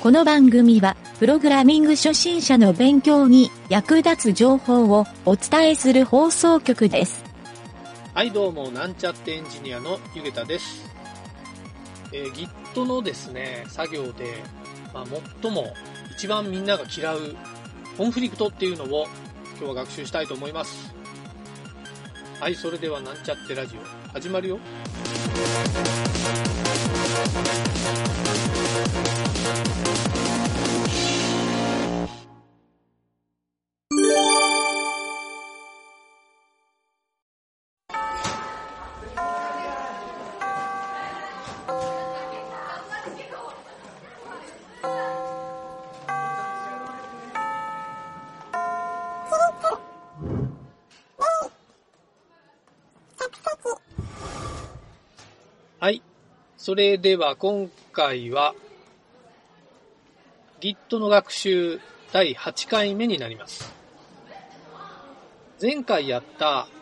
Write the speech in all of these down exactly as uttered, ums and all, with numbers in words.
この番組は、プログラミング初心者の勉強に役立つ情報をお伝えする放送局です。 はい、どうも、なんちゃってエンジニアのゆげたです。えー、Git のですね、作業で、まあ、最も一番みんなが嫌うコンフリクトっていうのを今日は学習したいと思います。はい、それではなんちゃってラジオ始まるよ。はい。それでは今回は Git の学習だいはちかいめになります。前回やった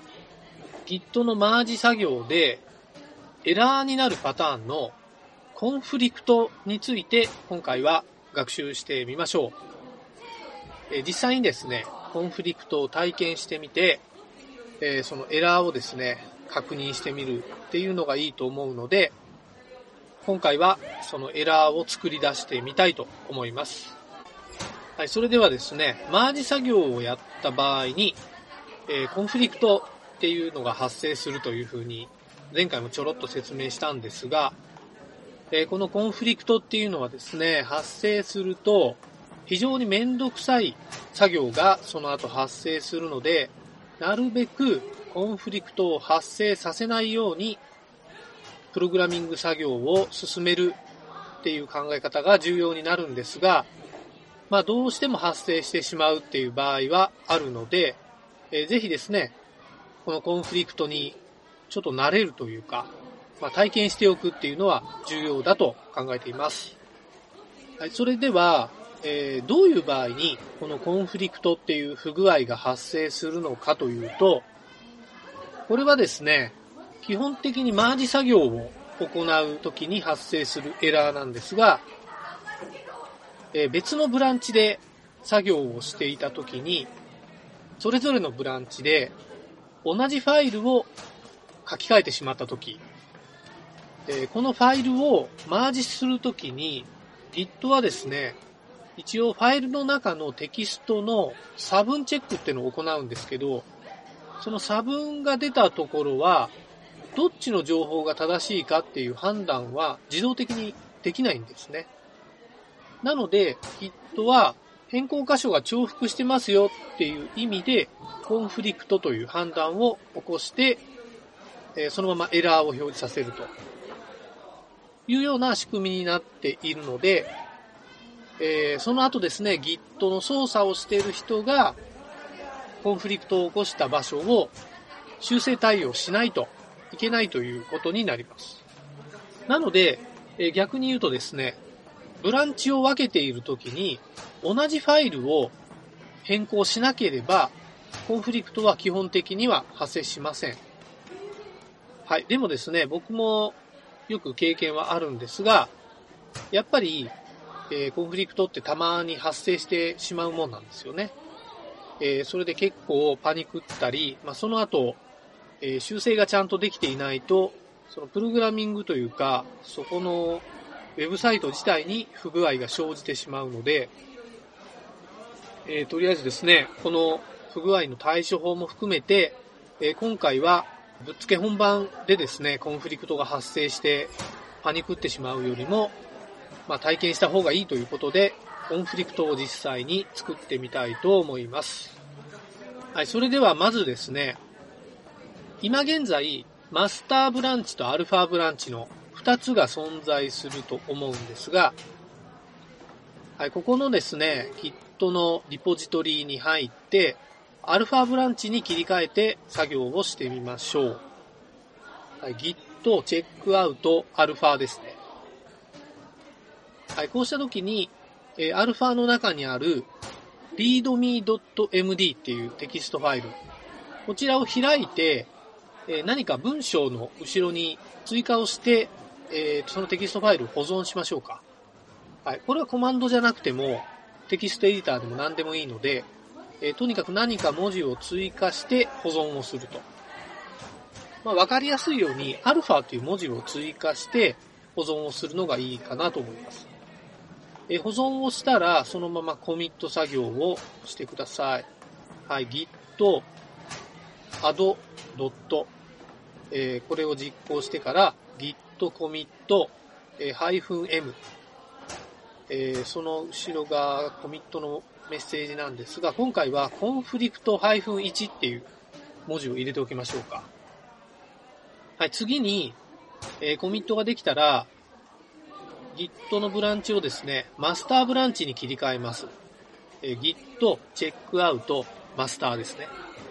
Git のマージ作業でエラーになるパターンのコンフリクトについて今回は学習してみましょう。え実際にですね、コンフリクトを体験してみて、えそのエラーをですね、確認してみるっていうのがいいと思うので、今回はそのエラーを作り出してみたいと思います。はい、それではですね、マージ作業をやった場合に、えー、コンフリクトっていうのが発生するというふうに前回もちょろっと説明したんですが、えー、このコンフリクトっていうのはですね、発生すると非常にめんどくさい作業がその後発生するので、なるべくコンフリクトを発生させないようにプログラミング作業を進めるっていう考え方が重要になるんですが、まあどうしても発生してしまうっていう場合はあるので、えー、ぜひですね、このコンフリクトにちょっと慣れるというか、まあ、体験しておくっていうのは重要だと考えています。はい、それでは、えー、どういう場合にこのコンフリクトっていう不具合が発生するのかというと、これはですね、基本的にマージ作業を行うときに発生するエラーなんですが、えー、別のブランチで作業をしていたときに、それぞれのブランチで同じファイルを書き換えてしまったとき、えー、このファイルをマージするときに Git はですね、一応ファイルの中のテキストの差分チェックっていうのを行うんですけど、その差分が出たところはどっちの情報が正しいかっていう判断は自動的にできないんですね。なので Git は変更箇所が重複してますよっていう意味でコンフリクトという判断を起こして、えー、そのままエラーを表示させるというような仕組みになっているので、えー、その後ですね、Git の操作をしている人がコンフリクトを起こした場所を修正対応しないといけないということになります。なので、えー、逆に言うとですね、ブランチを分けているときに同じファイルを変更しなければコンフリクトは基本的には発生しません。はい。でもですね、僕もよく経験はあるんですが、やっぱり、えー、コンフリクトってたまに発生してしまうもんなんですよね。えー、それで結構パニクったり、まあ、その後、えー、修正がちゃんとできていないと、そのプログラミングというか、そこのウェブサイト自体に不具合が生じてしまうので、えー、とりあえずですね、この不具合の対処法も含めて、えー、今回はぶっつけ本番でですね、コンフリクトが発生してパニクってしまうよりも、まあ、体験した方がいいということで、コンフリクトを実際に作ってみたいと思います。はい、それではまずですね、今現在、マスターブランチとアルファブランチのふたつが存在すると思うんですが、はい、ここのですね、Git のリポジトリに入って、アルファブランチに切り替えて作業をしてみましょう。はい、Git チェックアウトアルファですね。はい、こうしたときに、えー、アルファの中にある リードミードットエムディー っていうテキストファイル、こちらを開いて、えー、何か文章の後ろに追加をして、えー、そのテキストファイルを保存しましょうか。 はい。これはコマンドじゃなくても、テキストエディターでも何でもいいので、えー、とにかく何か文字を追加して保存をすると。まあ、わかりやすいように、アルファという文字を追加して保存をするのがいいかなと思います。えー、保存をしたら、そのままコミット作業をしてください。はい。git add ドット、えー、これを実行してから git commit、えー、-m、えー、その後ろがコミットのメッセージなんですが、今回は コンフリクト -いち っていう文字を入れておきましょうか。はい、次に、えー、コミットができたら Git のブランチをですね、マスターブランチに切り替えます。えー、Git チェックアウトマスターですね。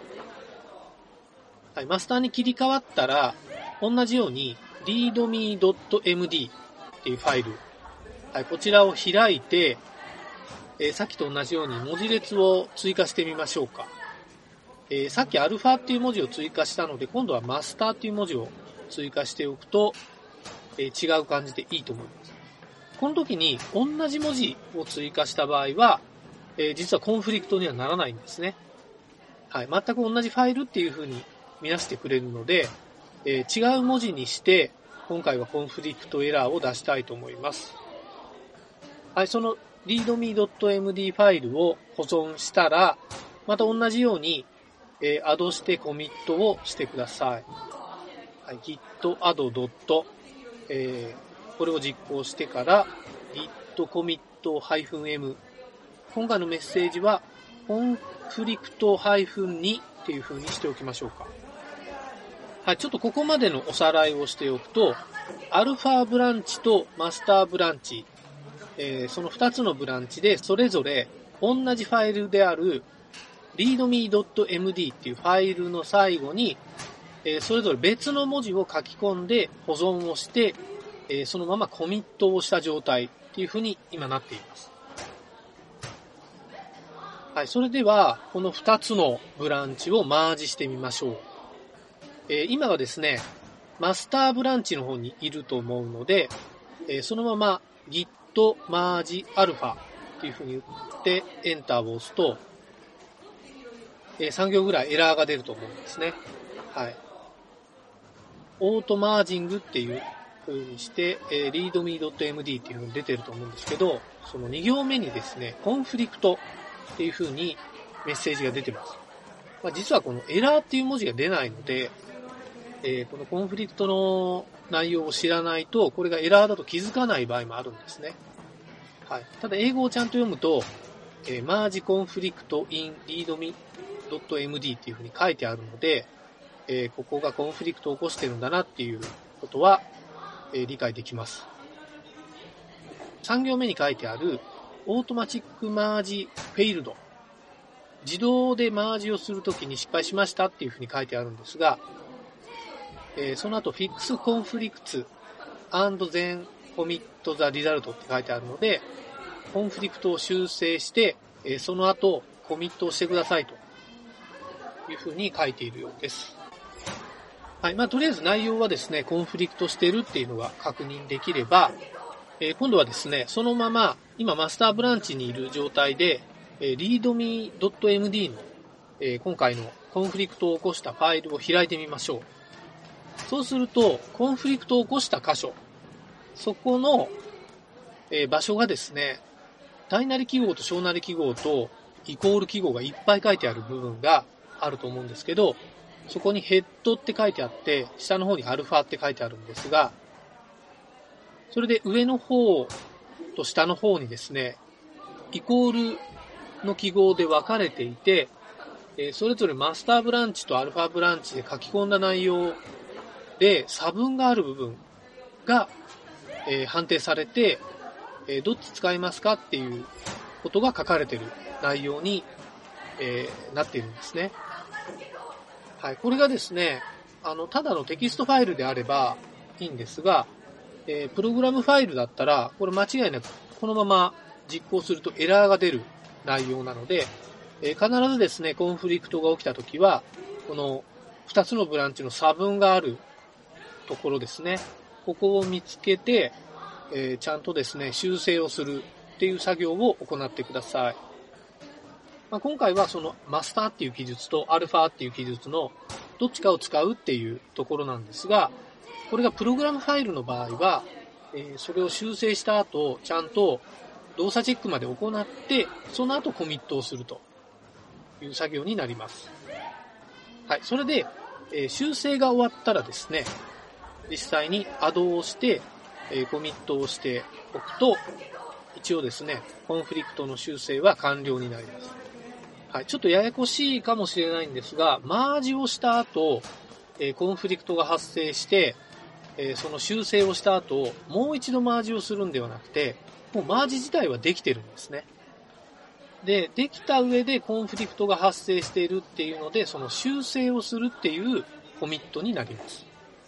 はい、マスターに切り替わったら、同じように readme.md っていうファイル、はい、こちらを開いて、えー、さっきと同じように文字列を追加してみましょうか。えー、さっきアルファっていう文字を追加したので、今度はマスターっていう文字を追加しておくと、えー、違う感じでいいと思います。この時に同じ文字を追加した場合は、えー、実はコンフリクトにはならないんですね。はい、全く同じファイルっていう風に見なしてくれるので、えー、違う文字にして、今回はコンフリクトエラーを出したいと思います。はい、その readme.md ファイルを保存したら、また同じように、えー、アドしてコミットをしてください。はい、git add ドット、えー、これを実行してから git commit -m、今回のメッセージは conflict-に っていう風にしておきましょうか。はい、ちょっとここまでのおさらいをしておくと、アルファブランチとマスターブランチ、えー、そのふたつのブランチでそれぞれ同じファイルである readme.md っていうファイルの最後に、えー、それぞれ別の文字を書き込んで保存をして、えー、そのままコミットをした状態っていう風に今なっています。はい、それではこのふたつのブランチをマージしてみましょう。えー、今はですね、マスターブランチの方にいると思うので、えー、そのまま git merge alpha っていう風に打ってエンターを押すと、えー、さん行ぐらいエラーが出ると思うんですね。はい。オートマージングっていう風にして、えー、readme.md っていう風に出てると思うんですけど、そのに行目にですね、コンフリクトっていう風にメッセージが出てます。まあ、実はこのエラーっていう文字が出ないので、えー、このコンフリクトの内容を知らないと、これがエラーだと気づかない場合もあるんですね。はい。ただ英語をちゃんと読むと、えー、merge conflict in readme.md っていう風に書いてあるので、えー、ここがコンフリクトを起こしてるんだなっていうことは、えー、理解できます。さん行目に書いてあるオートマチックマージフェイルド、自動でマージをするときに失敗しましたっていうふうに書いてあるんですが、えー、その後 fix conflicts and then commit the result って書いてあるので、コンフリクトを修正して、えー、その後コミットをしてくださいというふうに書いているようです。はい。まあ、とりあえず内容はですね、コンフリクトしてるっていうのが確認できれば、えー、今度はですね、そのまま今マスターブランチにいる状態で、えー、readme.md の、えー、今回のコンフリクトを起こしたファイルを開いてみましょう。そうすると、コンフリクトを起こした箇所、そこの、えー、場所がですね、大なり記号と小なり記号とイコール記号がいっぱい書いてある部分があると思うんですけど、そこにヘッドって書いてあって、下の方にアルファって書いてあるんですが、それで上の方と下の方にですね、イコールの記号で分かれていて、それぞれマスターブランチとアルファブランチで書き込んだ内容で差分がある部分が判定されて、どっち使いますかっていうことが書かれている内容になっているんですね。はい、これがですね、あの、ただのテキストファイルであればいいんですが、えー、プログラムファイルだったら、これ間違いなくこのまま実行するとエラーが出る内容なので、えー、必ずですね、コンフリクトが起きたときは、このふたつのブランチの差分があるところですね、ここを見つけて、 えー、ちゃんとですね、修正をするっていう作業を行ってください。まあ、今回はそのマスターっていう記述とアルファっていう記述のどっちかを使うっていうところなんですが、これがプログラムファイルの場合は、えー、それを修正した後、ちゃんと動作チェックまで行って、その後コミットをするという作業になります。はい。それで、えー、修正が終わったらですね、実際にアドをして、えー、コミットをしておくと、一応ですね、コンフリクトの修正は完了になります。はい。ちょっとややこしいかもしれないんですが、マージをした後、えー、コンフリクトが発生して、えー、その修正をした後、もう一度マージをするんではなくて、もうマージ自体はできてるんですね。で、できた上でコンフリクトが発生しているっていうので、その修正をするっていうコミットになります。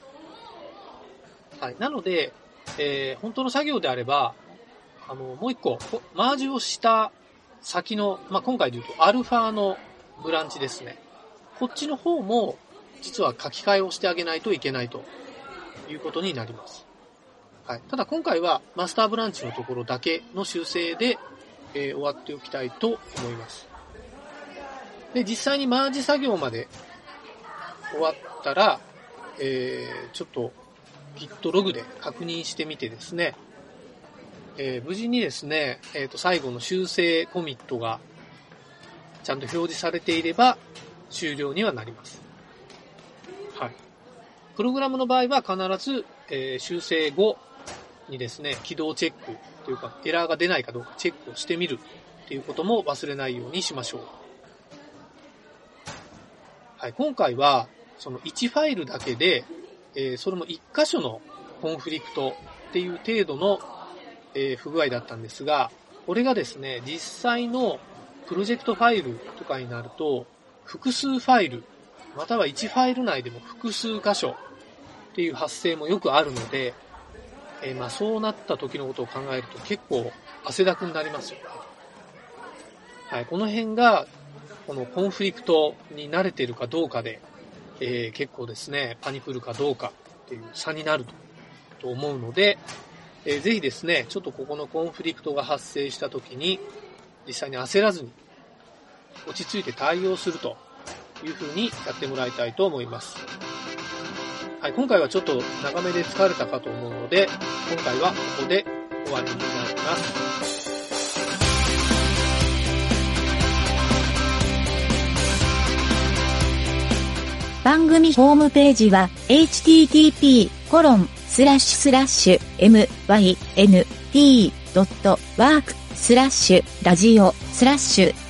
はい。なので、えー、本当の作業であれば、あの、もう一個、マージをした先の、まあ、今回で言うとアルファのブランチですね。こっちの方も、実は書き換えをしてあげないといけないということになります。はい。ただ今回はマスターブランチのところだけの修正で、えー、終わっておきたいと思います。で、実際にマージ作業まで終わったら、えー、ちょっと Git ログで確認してみてですね、えー、無事にですね、えーと、最後の修正コミットがちゃんと表示されていれば終了にはなります。はい。プログラムの場合は必ず、えー、修正後にですね、起動チェックというか、エラーが出ないかどうかチェックをしてみるっていうことも忘れないようにしましょう。はい。今回は、そのいちファイルだけで、えー、それもいっ箇所のコンフリクトっていう程度の、えー、不具合だったんですが、これがですね、実際のプロジェクトファイルとかになると、複数ファイル、またはいちファイル内でも複数箇所っていう発生もよくあるので、えー、まあそうなった時のことを考えると結構汗だくになりますよね。はい、この辺がこのコンフリクトに慣れているかどうかで、えー、結構ですね、パニクるかどうかっていう差になると、と思うので、えー、ぜひですね、ちょっとここのコンフリクトが発生した時に実際に焦らずに落ち着いて対応するというふうにやってもらいたいと思います。はい、今回はちょっと長めで疲れたかと思うので、今回はここで終わりになります。 番組ホームページは エイチティーティーピーコロンスラッシュスラッシュエムワイエヌティードットワークスラッシュラジオスラッシュ